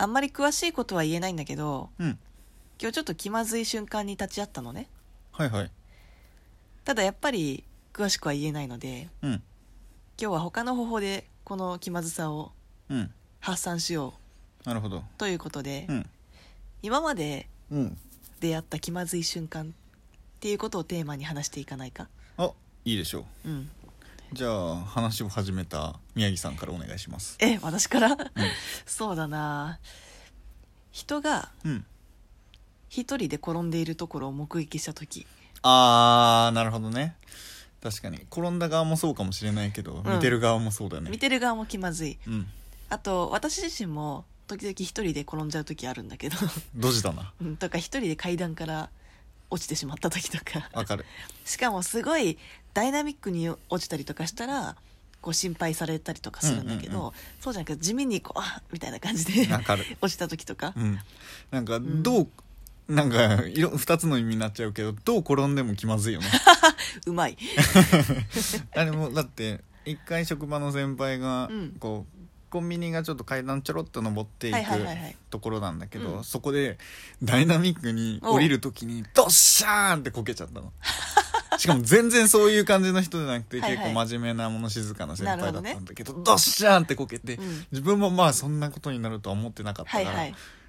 あんまり詳しいことは言えないんだけど、 うん。 今日ちょっと気まずい瞬間に立ち会ったのね。 はいはい。 ただやっぱり詳しくは言えないので、 うん。 今日は他の方法でこの気まずさをうん。 発散しよなるほど。 うということで、 うん。 今までうん。 出会った気まずい瞬間っていうことをテーマに話していかないか。 あ、いいでしょう。 うん。 じゃあ話を始めた宮城さんからお願いします。 私からそうだな、人がうん。 一人で転んでいるところを目撃した時。 あー、なるほどね。確かに転んだ側もそうかもしれないけど、 うん見てる側もそうだね。 見てる側も気まずい。 うん。 あと私自身も時々一人で転んじゃう時あるんだけどドジだな。 とか一人で階段から落ちてしまった時とかわかる。 しかもすごいダイナミックに落ちたりとかしたらこう心配されたりとかするんだけど、 うんうんうん、 そうじゃなくて地味にこうみたいな感じでわかる。 落ちた時とか、 うん。なんかんどう、なんか二つの意味になっちゃうけど、どう転んでも気まずいよね。 うまいあれもだって一回職場の先輩がうんこう、コンビニがちょっと階段ちょろっと登っていくはいはいはいはいところなんだけど、 うんそこでダイナミックに降りるときにドッシャーンってこけちゃったの。しかも全然そういう感じの人じゃなくて、 はいはい結構真面目な物静かな先輩だったんだけど、 なるドッシャーンってこけて、 うん自分もまあそんなことになるとは思ってなかったから、 はいはい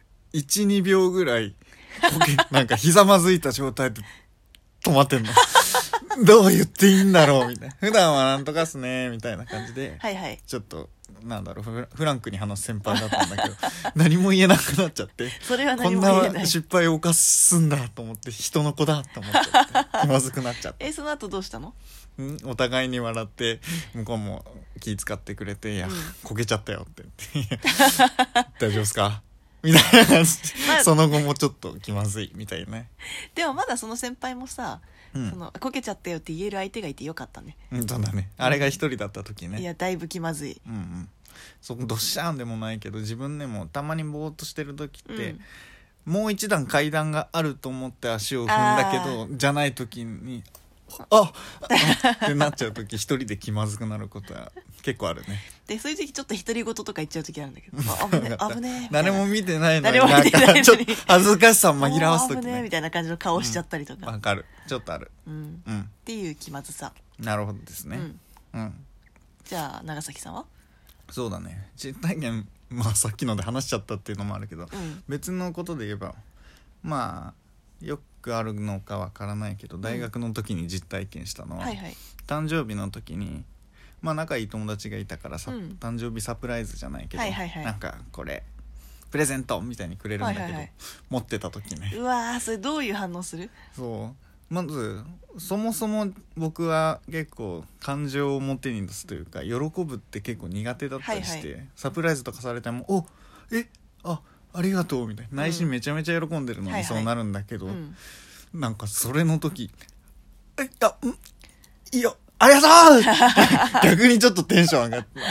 1,2 秒ぐらいなんかひざまずいた状態で止まってんの。どう言っていいんだろうみたいな。普段はなんとかっすねみたいな感じで、 はいはいちょっとなんだろう、フランクに話す先輩だったんだけど何も言えなくなっちゃって、 それはこん何も言えなない失敗を犯すんだと思って、人の子だと思っちゃって気まずくなっちゃってその後どうしたの？ お互いに笑って向こうも気遣ってくれて、いや、 うんこけちゃったよって言って大丈夫ですかみたいな感じで、 まあその後もちょっと気まずいみたいなね。 でもまだその先輩もさ、 うんそのこけちゃったよって言える相手がいてよかったね。 そうだね。あれが一人だった時ね。 いやだいぶ気まずい。 うんうん。そこドッシャーンでもないけど、自分でもたまにぼーっとしてる時って、もう一段階段があると思って足を踏んだけど、じゃない時にあってなっちゃう時、一人で気まずくなることは結構あるね。 でそういう時ちょっと独り言とか言っちゃう時あるんだけど危ね危ね誰も見てないのに、 誰も見てないのにんかちょっと恥ずかしさを紛らわす時危ねみね。 たいな感じの顔しちゃったりとか、 わかる。ちょっとある。 うんうん。 っていう気まずさ、 なるほどですね。 うん、 うん。 じゃあ長崎さんは？ そうだね。実体験、まあさっきので話しちゃったっていうのもあるけど、 うん別のことで言えば、まあよくあるのかわからないけど、大学の時に実体験したのは、 はいはい誕生日の時に、まあ仲いい友達がいたからさ、 うん誕生日サプライズじゃないけど、 はいはいはいなんかこれプレゼントみたいにくれるんだけど、 はいはいはい持ってた時ね、 うわーそれどういう反応する？ そうまずそもそも僕は結構感情を表に出すというか、喜ぶって結構苦手だったりして、 はいサプライズとかされてもありがとうみたいな、内心めちゃめちゃ喜んでるのはいはいにそうなるんだけど、 うんなんかそれの時いやありがとう逆にちょっとテンション上がって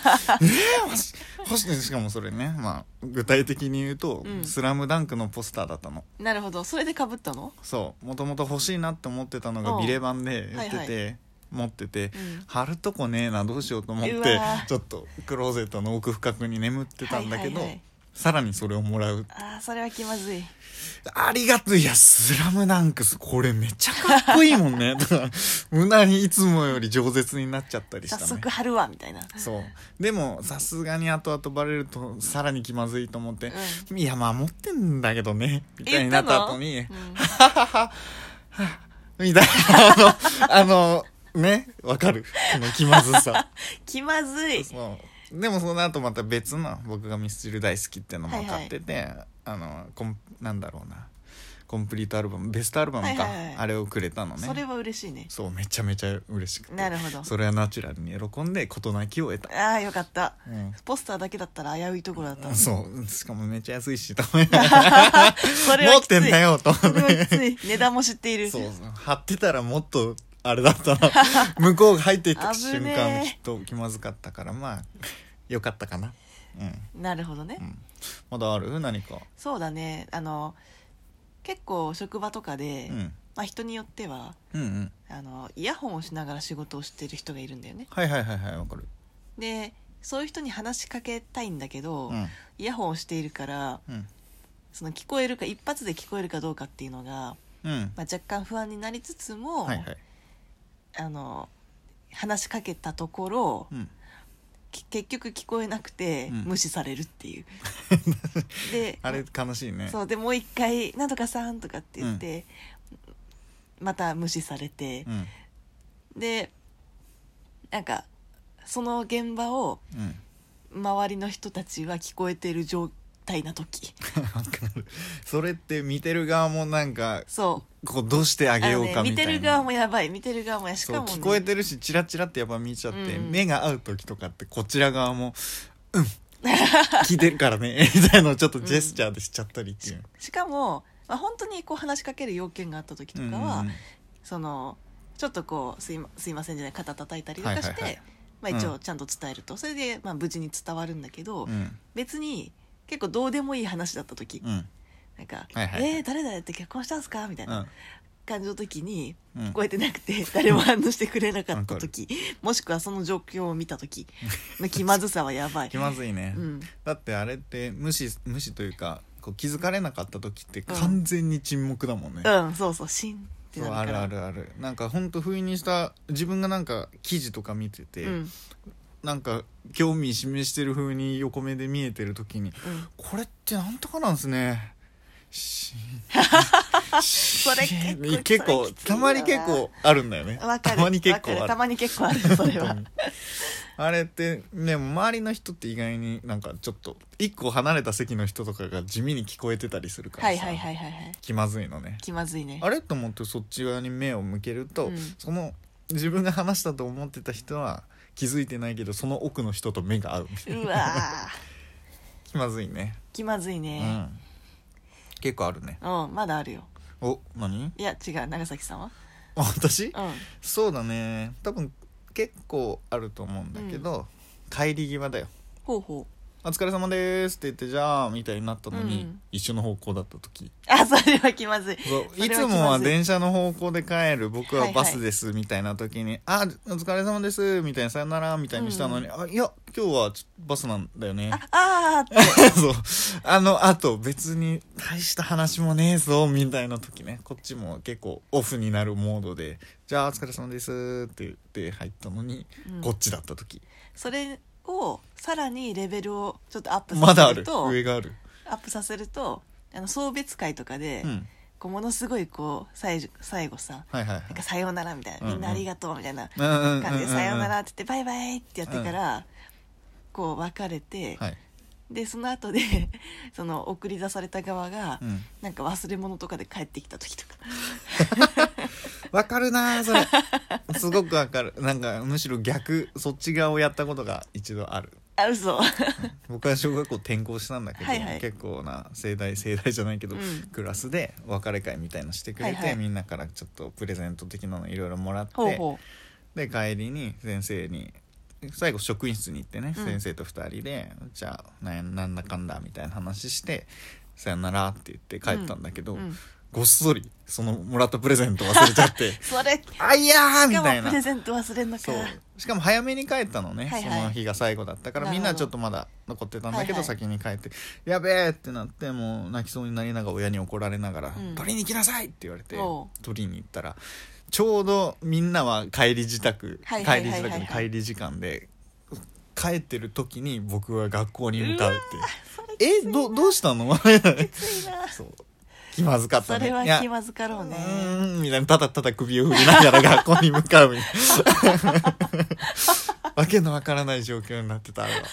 しかもそれね、まあ具体的に言うと、 うんスラムダンクのポスターだったの。 なるほど、それで被ったの？ そうもともと欲しいなって思ってたのがうんビレ版で売ってて、 はいは持ってて、 うん貼るとこねえなどうしようと思ってうわちょっとクローゼットの奥深くに眠ってたんだけど、 はいはいはいさらにそれをもらう。 あーそれは気まずい。 ありがとう。いやスラムダンクスこれめっちゃかっこいいもんねとか無駄にいつもより饒舌になっちゃったりしたね。 早速貼るわみたいな。 そうでもさすがに後々バレるとさらに気まずいと思って、 ういやまあ持ってんだけどねみたいになった後に、 うんみたいなねわかるこの気まずさ気まずい。 そうでもその後また別の僕がミスチル大好きっていうのも買ってて、なんだろうなコンプリートアルバムベストアルバムか、 はいはいはいあれをくれたのね。 それは嬉しいね。 そうめちゃめちゃ嬉しくて、 なるほど。 それはナチュラルに喜んで事なきを得た。 ああよかった。 うんポスターだけだったら危ういところだったの。 そうしかもめっちゃ安いしと思いそれはきつい。 持ってんだよと思それはってきつい。値段も知っている。 そう貼ってたらもっとあれだったな向こうが入っていった瞬危ねえ間きっと気まずかったから、まあよかったかな。 なるほどね。 まだある何か。 そうだね。結構職場とかで、 うんまあ人によってはうんイヤホンをしながら仕事をしてる人がいるんだよね。 はいはいはいはいわかる。 でそういう人に話しかけたいんだけど、 うんイヤホンをしているからうんその聞こえるか一発で聞こえるかどうかっていうのが、 うんまあ、若干不安になりつつも、 はいはい。 話しかけたところ、 うん結局聞こえなくてうん無視されるっていう、であれ悲しいね。 そうでもう一回「なんとかさん」とかって言って、また無視されてう、んでなんかその現場をうん周りの人たちは聞こえてる状態な時わかる。それって見てる側もなんかそうこうどうしてあげようかみたいな。 見てる側もやばい見てる側もやしそうかも、ね、 聞こえてるしチラチラってやっぱ見ちゃって、 うん目が合う時とかってこちら側も聞いてるからねみたいなのをちょっとジェスチャーでしちゃったりっていう、 しかも、まあ、本当にこう話しかける要件があった時とかは、 うんそのちょっとこうすいませんじゃない肩叩いたりとかして、 はいはいはいまあ、一応ちゃんと伝えると、それでまあ無事に伝わるんだけど、 うん別に結構どうでもいい話だった時、 うんなんかはいはいはい誰々って結婚したんすかみたいな感じの時にうん聞こえてなくて誰も反応してくれなかった時、もしくはその状況を見た時の気まずさはやばい気まずいね、 うんだってあれって無視というかこう気づかれなかった時って完全に沈黙だもんね、 うんそうそうシンってそうなるからあるあるある。なんかほんと不意にした自分がなんか記事とか見てて、 うんなんか興味示してる風に横目で見えてる時に、 うんこれってなんとかなんすねそれ結構たまに結構あるんだよね。 わかるたまに結構ある。 わかるたまに結構あるそれは本当にあれってね周りの人って意外になんかちょっと一個離れた席の人とかが地味に聞こえてたりするからさ、 はいはいはいはいはい気まずいのね。 気まずいねあれと思ってそっち側に目を向けると、 うんその自分が話したと思ってた人は気づいてないけどその奥の人と目が合ううわー気まずいね。 気まずいうねん結構あるね。 うんまだあるよお何いや違う長崎さんは私、 うんそうだね多分結構あると思うんだけど、帰り際だよ。 ほうほお疲れ様ですって言ってじゃあみたいになったのに、 うん一緒の方向だった時、 うあそれは気まずいそうそれは気まずいいつもは電車の方向で帰る僕ははいはいバスですみたいな時に、あお疲れ様ですみたいなさよならみたいにしたのに、あいや今日はバスなんだよねあーってそうあと別に大した話もねえぞみたいな時ね、こっちも結構オフになるモードでじゃあお疲れ様ですって言って入ったのに、 うんこっちだった時それをさらにレベルをちょっとアップまだあるさせると、 上がある。 アップさせると送別会とかで、 うんこうものすごいこう最後さはいはいはいなんかさようならみたいな、 うんうんみんなありがとうみたいな感感じでさようならって言ってバイバイってやってから、こう別れて、 はいでその後でその送り出された側が、 うんなんか忘れ物とかで帰ってきた時とかわかるなそれすごくわかる。なんかむしろ逆そっち側をやったことが一度ある。 あ嘘僕は小学校転校したんだけど、 はいはい結構な盛大じゃないけど、 うんクラスでお別れ会みたいのしてくれて、 はいはいみんなからちょっとプレゼント的なのいろいろもらってほうほで帰りに先生に最後職員室に行ってね、 うん先生と2人でじゃあなんだかんだみたいな話してさよならって言って帰ったんだけど、 う、うん、 ごっそりそのもらったプレゼント忘れちゃってそれあいやーみしかたいなもプレゼント忘れんのかそうしかも早めに帰ったのね、 はいはいその日が最後だったからなるほどみんなはちょっとまだ残ってたんだけど、 はいはい先に帰ってやべえってなってもう泣きそうになりながら親に怒られながら、 うん取りに行きなさいって言われておう取りに行ったらちょうどみんなは帰り自宅はいはいはいはいの帰り時間で帰ってる時に僕は学校に向かうっていうどうしたのきついなそう気まずかったね。 それはいや気まずかろうねみたいなただ首を振りながら学校に向かうみたいなわけのわからない状況になってたあれは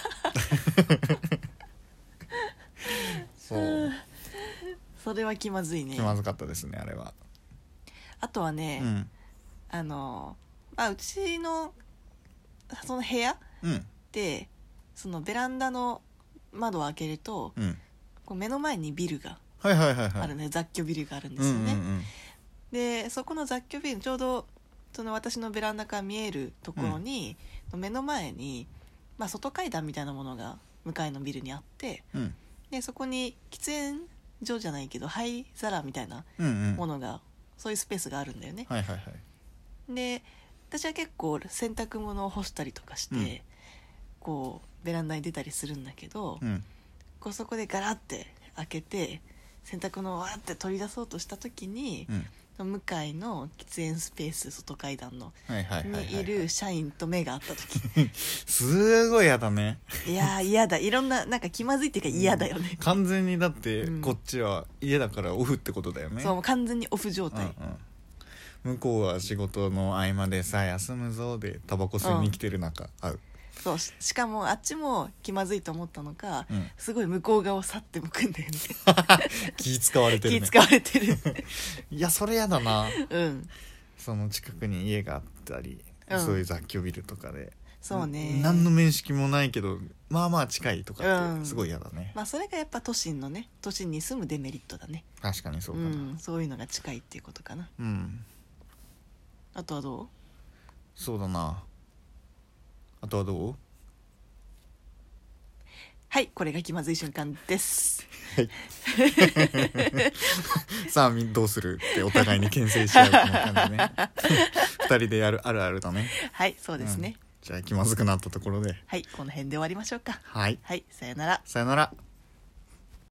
そうそれは気まずいね気まずかったですねあれは。 あとはね、 うんうちのその部屋うんでそのベランダの窓を開けると、 うんこう目の前にビルがはいはいはいはいあるね、雑居ビルがあるんでうんすよね、 うんでそこの雑居ビルちょうどその私のベランダから見えるところに、目の前に、外階段みたいなものが向かいのビルにあってうんでそこに喫煙所じゃないけど灰皿みたいなうんうんものが、そういうスペースがあるんだよね、 はいはいはいで私は結構洗濯物を干したりとかして、 うんこベランダに出たりするんだけど、 うんこうそこでガラッて開けて洗濯物をわーって取り出そうとした時に、向かいの喫煙スペース外階段のはいはいはいはい、 にいる社員と目が合った時すごい嫌だね。 いやー嫌だ、いろんななんか気まずいっていうか嫌だよね、 完全にだってうんこっちは家だからオフってことだよね。 そうもう完全にオフ状態、 向こうは仕事の合間でさ休むぞでタバコ吸いに来てる中、会う。 そう しかもあっちも気まずいと思ったのか、 うんすごい向こう側をさって向くんだよね気使われてるね。 気使われてるいやそれやだな。 うんその近くに家があったり、 うんそういう雑居ビルとかでそうね、 何の面識もないけどまあまあ近いとかってうんすごい嫌だね、 まあそれがやっぱ都心に住むデメリットだね。 確かにそうかな。 うん、そういうのが近いっていうことかな。あとはどう？ そうだな。あとはどう？ はい、これが気まずい瞬間ですさあどうするってお互いに牽制し合うこの感じね二人でやるあるあるだね。 はいそうですね、 じゃあ気まずくなったところで、 はいこの辺で終わりましょうか。 はい、 はいさよなら。 さよなら。